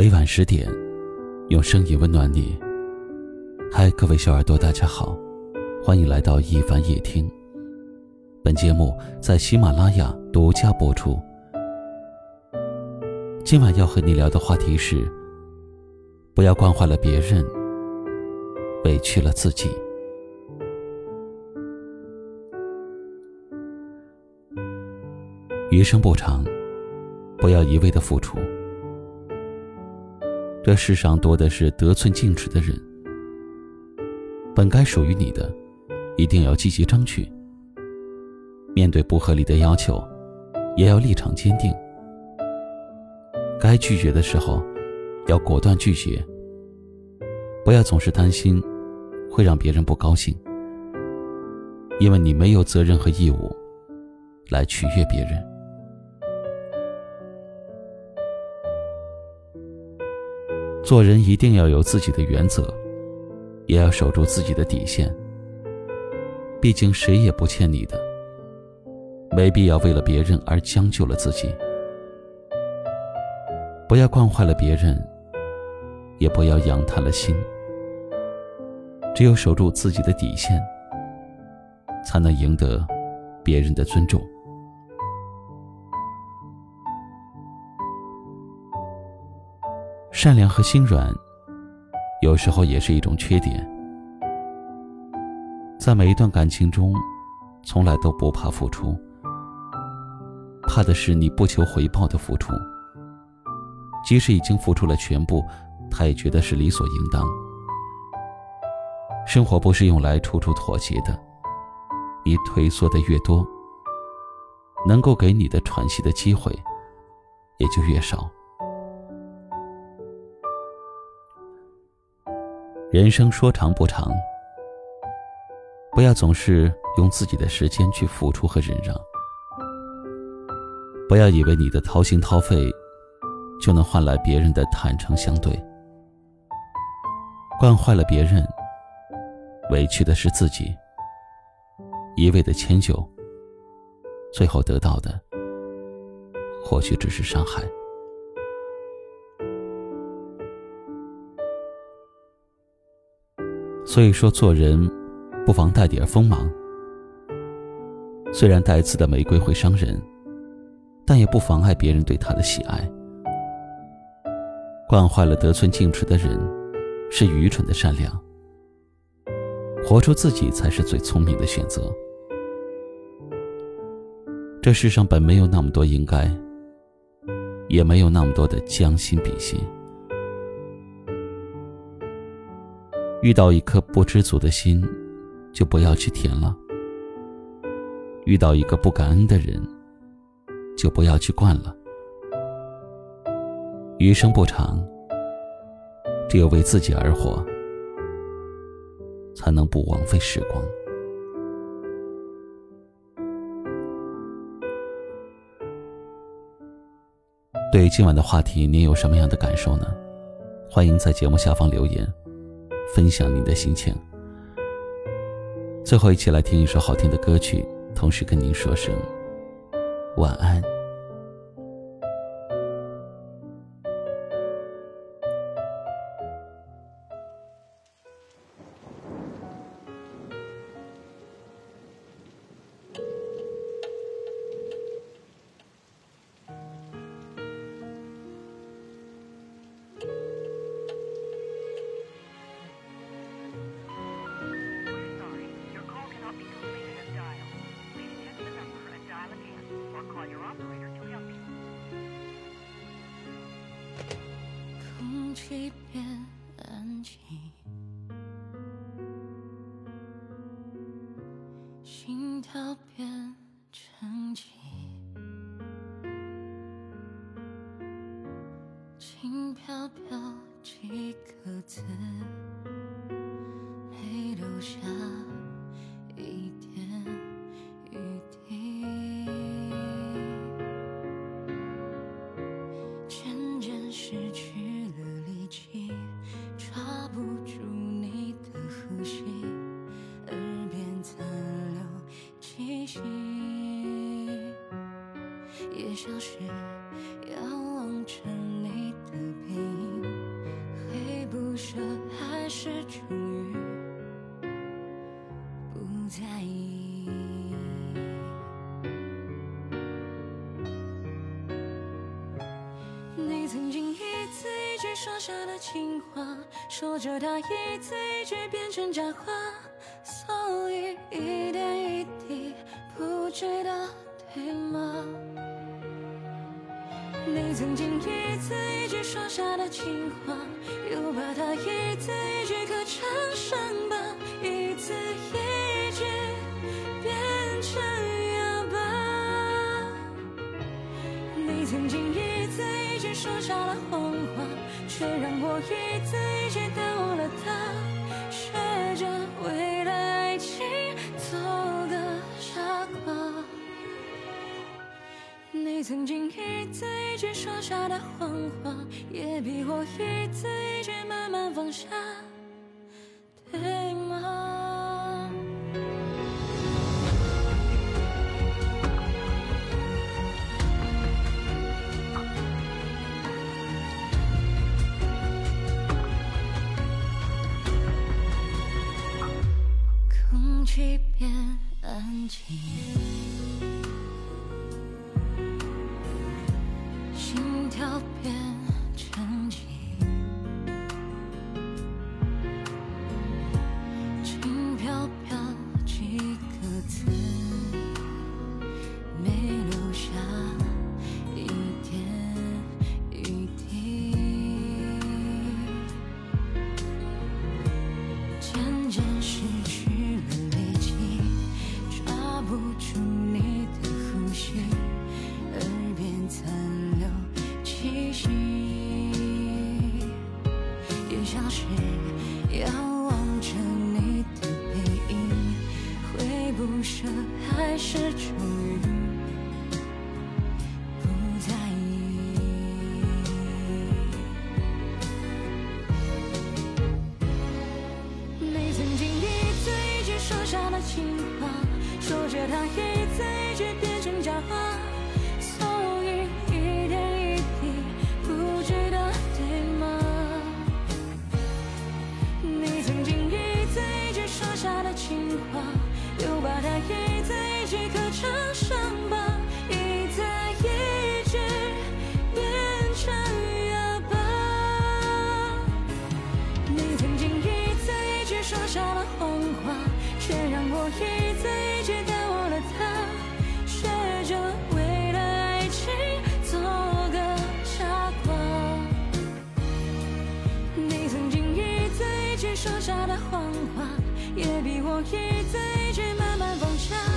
每晚10点，用声音温暖你。嗨，各位小耳朵，大家好，欢迎来到一凡夜听。本节目在喜马拉雅独家播出。今晚要和你聊的话题是：不要惯坏了别人，委屈了自己。余生不长，不要一味的付出。这世上多的是得寸进尺的人，本该属于你的，一定要积极争取。面对不合理的要求，也要立场坚定。该拒绝的时候，要果断拒绝。不要总是担心会让别人不高兴，因为你没有责任和义务来取悦别人。做人一定要有自己的原则，也要守住自己的底线。毕竟谁也不欠你的，没必要为了别人而将就了自己。不要惯坏了别人，也不要养贪了心。只有守住自己的底线，才能赢得别人的尊重。善良和心软，有时候也是一种缺点。在每一段感情中，从来都不怕付出，怕的是你不求回报的付出。即使已经付出了全部，他也觉得是理所应当。生活不是用来处处妥协的，你退缩的越多，能够给你的喘息的机会也就越少。人生说长不长，不要总是用自己的时间去付出和忍让。不要以为你的掏心掏肺就能换来别人的坦诚相对。惯坏了别人，委屈的是自己。一味的迁就，最后得到的或许只是伤害。所以说，做人不妨带点锋芒。虽然带刺的玫瑰会伤人，但也不妨碍别人对他的喜爱。惯坏了得寸进尺的人，是愚蠢的善良。活出自己才是最聪明的选择。这世上本没有那么多应该，也没有那么多的将心比心。遇到一颗不知足的心，就不要去填了。遇到一个不感恩的人，就不要去惯了。余生不长，只有为自己而活，才能不枉费时光。对于今晚的话题，您有什么样的感受呢？欢迎在节目下方留言，分享您的心情。最后一起来听一首好听的歌曲，同时跟您说声晚安。 空气变安静，心跳变沉寂，轻飘飘几个字，没留下一点余地，渐渐失去了力气，抓不住你的呼吸，耳边残留气息，也像是要望着你的背影， 你曾经一字一句说下的情话，说着它一字一句变成假话，所以一点一滴不值得，对吗？你曾经一字一句说下的情话，又把它一字一句刻成伤疤，一字一句变成哑巴。你曾经一字一句说下了谎话，却让我一字一句耽误了他，学着为了爱情做个傻瓜。你曾经一字一句说下的谎话，也逼我一字一句慢慢放下，对吗？空气变安静，心跳变沉寂，轻飘飘几个字，没留下一点余地，渐渐失去了力气，抓不住你的呼吸，耳边残留气息，也像是遥望着你的背影，会不舍还是终于不在意。你曾经一字一句说下的情话，说着它一字一句变成假话，所以一点一滴不值得，对吗？你曾经一字一句说下的情话，又把它一字一句刻成伤疤，一字一句变成哑巴。你曾经一字一句说下了谎话，却让我一字一句耽误了他，学着为了爱情做个傻瓜。你曾经一字一句说下的谎话，也逼我一字一句慢慢放下。